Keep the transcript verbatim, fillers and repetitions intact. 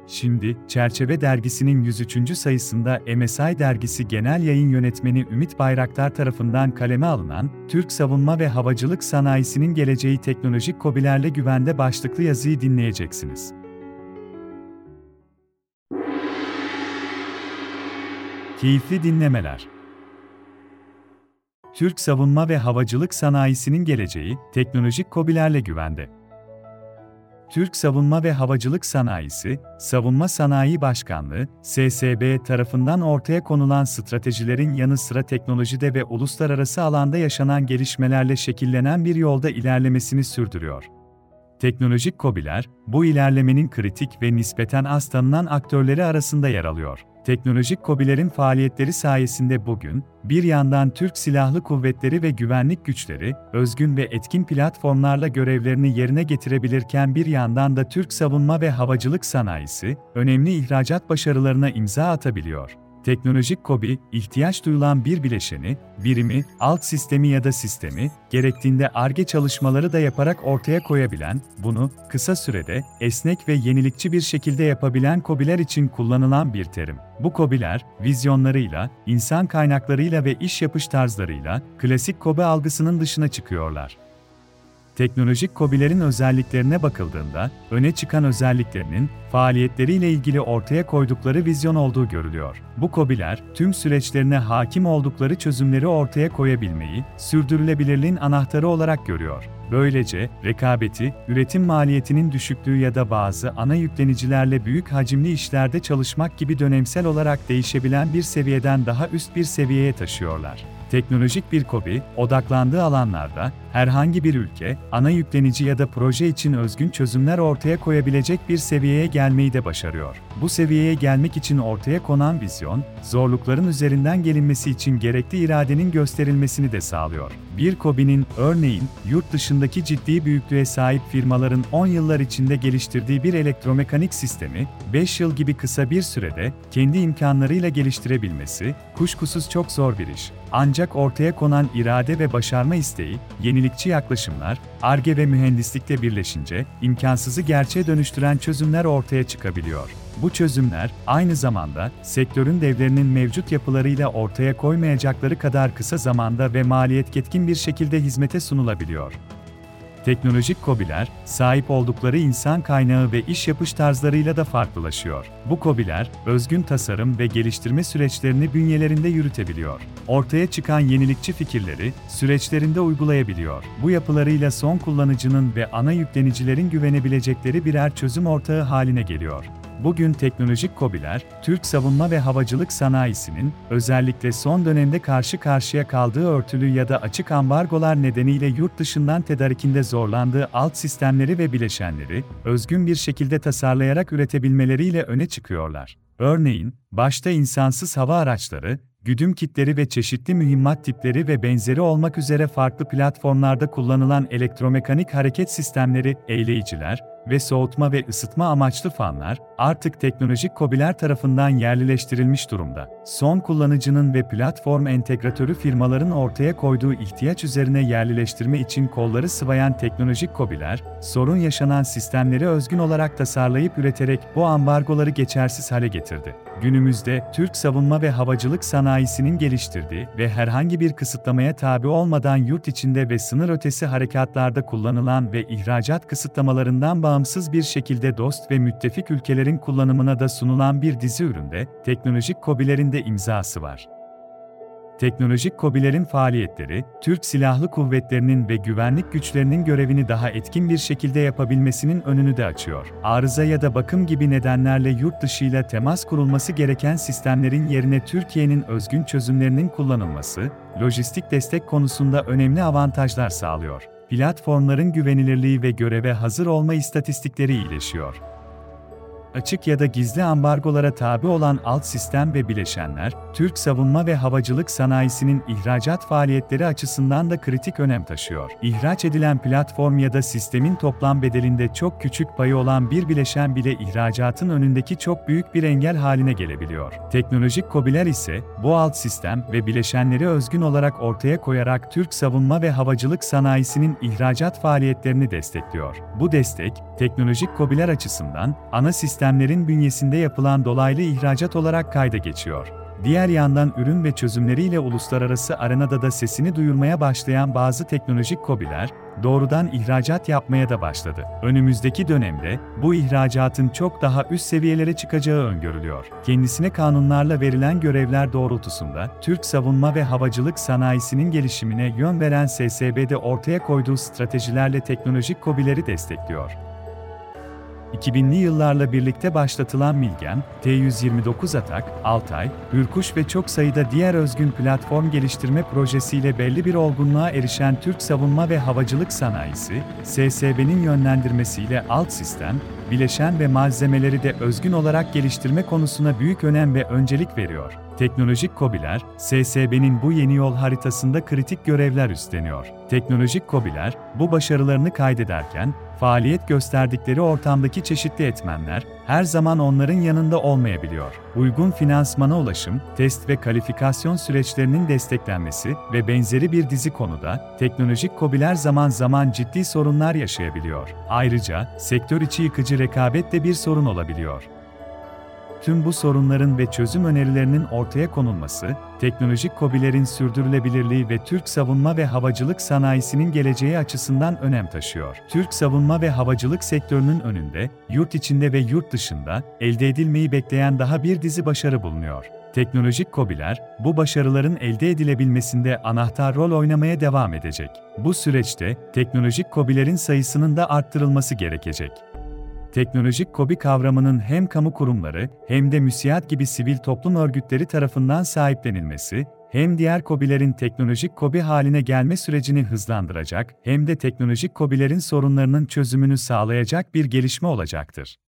Şimdi, Çerçeve Dergisi'nin yüz üçüncü sayısında M S I Dergisi Genel Yayın Yönetmeni Ümit Bayraktar tarafından kaleme alınan, Türk Savunma ve Havacılık Sanayisi'nin Geleceği Teknolojik KOBİ'lerle Güvende başlıklı yazıyı dinleyeceksiniz. Keyifli dinlemeler. Türk Savunma ve Havacılık Sanayisi'nin Geleceği, Teknolojik KOBİ'lerle Güvende. Türk Savunma ve Havacılık Sanayisi, Savunma Sanayi Başkanlığı, S S B tarafından ortaya konulan stratejilerin yanı sıra teknolojide ve uluslararası alanda yaşanan gelişmelerle şekillenen bir yolda ilerlemesini sürdürüyor. Teknolojik KOBİ'ler, bu ilerlemenin kritik ve nispeten az tanınan aktörleri arasında yer alıyor. Teknolojik KOBİ'lerin faaliyetleri sayesinde bugün, bir yandan Türk Silahlı Kuvvetleri ve güvenlik güçleri, özgün ve etkin platformlarla görevlerini yerine getirebilirken bir yandan da Türk savunma ve havacılık sanayisi, önemli ihracat başarılarına imza atabiliyor. Teknolojik KOBİ, ihtiyaç duyulan bir bileşeni, birimi, alt sistemi ya da sistemi, gerektiğinde Ar-Ge çalışmaları da yaparak ortaya koyabilen, bunu, kısa sürede, esnek ve yenilikçi bir şekilde yapabilen KOBİ'ler için kullanılan bir terim. Bu KOBİ'ler, vizyonlarıyla, insan kaynaklarıyla ve iş yapış tarzlarıyla, klasik KOBİ algısının dışına çıkıyorlar. Teknolojik KOBİ'lerin özelliklerine bakıldığında, öne çıkan özelliklerinin, faaliyetleriyle ilgili ortaya koydukları vizyon olduğu görülüyor. Bu KOBİ'ler, tüm süreçlerine hakim oldukları çözümleri ortaya koyabilmeyi, sürdürülebilirliğin anahtarı olarak görüyor. Böylece, rekabeti, üretim maliyetinin düşüklüğü ya da bazı ana yüklenicilerle büyük hacimli işlerde çalışmak gibi dönemsel olarak değişebilen bir seviyeden daha üst bir seviyeye taşıyorlar. Teknolojik bir KOBİ, odaklandığı alanlarda, herhangi bir ülke, ana yüklenici ya da proje için özgün çözümler ortaya koyabilecek bir seviyeye gelmeyi de başarıyor. Bu seviyeye gelmek için ortaya konan vizyon, zorlukların üzerinden gelinmesi için gerekli iradenin gösterilmesini de sağlıyor. Bir KOBİ'nin, örneğin, yurt dışındaki ciddi büyüklüğe sahip firmaların on yıllar içinde geliştirdiği bir elektromekanik sistemi, beş yıl gibi kısa bir sürede, kendi imkanlarıyla geliştirebilmesi, kuşkusuz çok zor bir iş. Ancak ortaya konan irade ve başarma isteği, yenilikçi yaklaşımlar, Ar-Ge ve mühendislikle birleşince, imkansızı gerçeğe dönüştüren çözümler ortaya çıkabiliyor. Bu çözümler, aynı zamanda, sektörün devlerinin mevcut yapılarıyla ortaya koymayacakları kadar kısa zamanda ve maliyet ketkin bir şekilde hizmete sunulabiliyor. Teknolojik KOBİ'ler, sahip oldukları insan kaynağı ve iş yapış tarzlarıyla da farklılaşıyor. Bu KOBİ'ler, özgün tasarım ve geliştirme süreçlerini bünyelerinde yürütebiliyor. Ortaya çıkan yenilikçi fikirleri, süreçlerinde uygulayabiliyor. Bu yapılarıyla son kullanıcının ve ana yüklenicilerin güvenebilecekleri birer çözüm ortağı haline geliyor. Bugün teknolojik KOBİ'ler, Türk savunma ve havacılık sanayisinin, özellikle son dönemde karşı karşıya kaldığı örtülü ya da açık ambargolar nedeniyle yurt dışından tedarikinde zorlandığı alt sistemleri ve bileşenleri, özgün bir şekilde tasarlayarak üretebilmeleriyle öne çıkıyorlar. Örneğin, başta insansız hava araçları, güdüm kitleri ve çeşitli mühimmat tipleri ve benzeri olmak üzere farklı platformlarda kullanılan elektromekanik hareket sistemleri, eğleyiciler ve soğutma ve ısıtma amaçlı fanlar, artık teknolojik KOBİ'ler tarafından yerlileştirilmiş durumda. Son kullanıcının ve platform entegratörü firmaların ortaya koyduğu ihtiyaç üzerine yerlileştirme için kolları sıvayan teknolojik KOBİ'ler, sorun yaşanan sistemleri özgün olarak tasarlayıp üreterek bu ambargoları geçersiz hale getirdi. Günümüzde, Türk savunma ve havacılık sanayisinin geliştirdiği ve herhangi bir kısıtlamaya tabi olmadan yurt içinde ve sınır ötesi harekatlarda kullanılan ve ihracat kısıtlamalarından bağımsız bir şekilde dost ve müttefik ülkelerin kullanımına da sunulan bir dizi üründe, teknolojik KOBİ'lerin de imzası var. Teknolojik KOBİ'lerin faaliyetleri, Türk Silahlı Kuvvetleri'nin ve güvenlik güçlerinin görevini daha etkin bir şekilde yapabilmesinin önünü de açıyor. Arıza ya da bakım gibi nedenlerle yurt dışıyla temas kurulması gereken sistemlerin yerine Türkiye'nin özgün çözümlerinin kullanılması, lojistik destek konusunda önemli avantajlar sağlıyor. Platformların güvenilirliği ve göreve hazır olma istatistikleri iyileşiyor. Açık ya da gizli ambargolara tabi olan alt sistem ve bileşenler, Türk savunma ve havacılık sanayisinin ihracat faaliyetleri açısından da kritik önem taşıyor. İhraç edilen platform ya da sistemin toplam bedelinde çok küçük payı olan bir bileşen bile ihracatın önündeki çok büyük bir engel haline gelebiliyor. Teknolojik KOBİ'ler ise, bu alt sistem ve bileşenleri özgün olarak ortaya koyarak Türk savunma ve havacılık sanayisinin ihracat faaliyetlerini destekliyor. Bu destek, teknolojik KOBİ'ler açısından, ana sistem sistemlerin bünyesinde yapılan dolaylı ihracat olarak kayda geçiyor. Diğer yandan ürün ve çözümleriyle uluslararası arenada da sesini duyurmaya başlayan bazı teknolojik KOBİ'ler, doğrudan ihracat yapmaya da başladı. Önümüzdeki dönemde, bu ihracatın çok daha üst seviyelere çıkacağı öngörülüyor. Kendisine kanunlarla verilen görevler doğrultusunda, Türk savunma ve havacılık sanayisinin gelişimine yön veren S S B'de ortaya koyduğu stratejilerle teknolojik KOBİ'leri destekliyor. iki binli yıllarla birlikte başlatılan Milgen, T yüz yirmi dokuz Atak, Altay, Hürkuş ve çok sayıda diğer özgün platform geliştirme projesiyle belli bir olgunluğa erişen Türk savunma ve havacılık sanayisi, S S B'nin yönlendirmesiyle alt sistem, bileşen ve malzemeleri de özgün olarak geliştirme konusuna büyük önem ve öncelik veriyor. Teknolojik KOBİ'ler, S S B'nin bu yeni yol haritasında kritik görevler üstleniyor. Teknolojik KOBİ'ler, bu başarılarını kaydederken, faaliyet gösterdikleri ortamdaki çeşitli etmenler, her zaman onların yanında olmayabiliyor. Uygun finansmana ulaşım, test ve kalifikasyon süreçlerinin desteklenmesi ve benzeri bir dizi konuda, teknolojik KOBİ'ler zaman zaman ciddi sorunlar yaşayabiliyor. Ayrıca, sektör içi yıkıcı rekabet de bir sorun olabiliyor. Tüm bu sorunların ve çözüm önerilerinin ortaya konulması, teknolojik KOBİ'lerin sürdürülebilirliği ve Türk savunma ve havacılık sanayisinin geleceği açısından önem taşıyor. Türk savunma ve havacılık sektörünün önünde, yurt içinde ve yurt dışında, elde edilmeyi bekleyen daha bir dizi başarı bulunuyor. Teknolojik KOBİ'ler, bu başarıların elde edilebilmesinde anahtar rol oynamaya devam edecek. Bu süreçte, teknolojik KOBİ'lerin sayısının da arttırılması gerekecek. Teknolojik KOBİ kavramının hem kamu kurumları hem de MÜSİAD gibi sivil toplum örgütleri tarafından sahiplenilmesi, hem diğer KOBİ'lerin teknolojik KOBİ haline gelme sürecini hızlandıracak hem de teknolojik KOBİ'lerin sorunlarının çözümünü sağlayacak bir gelişme olacaktır.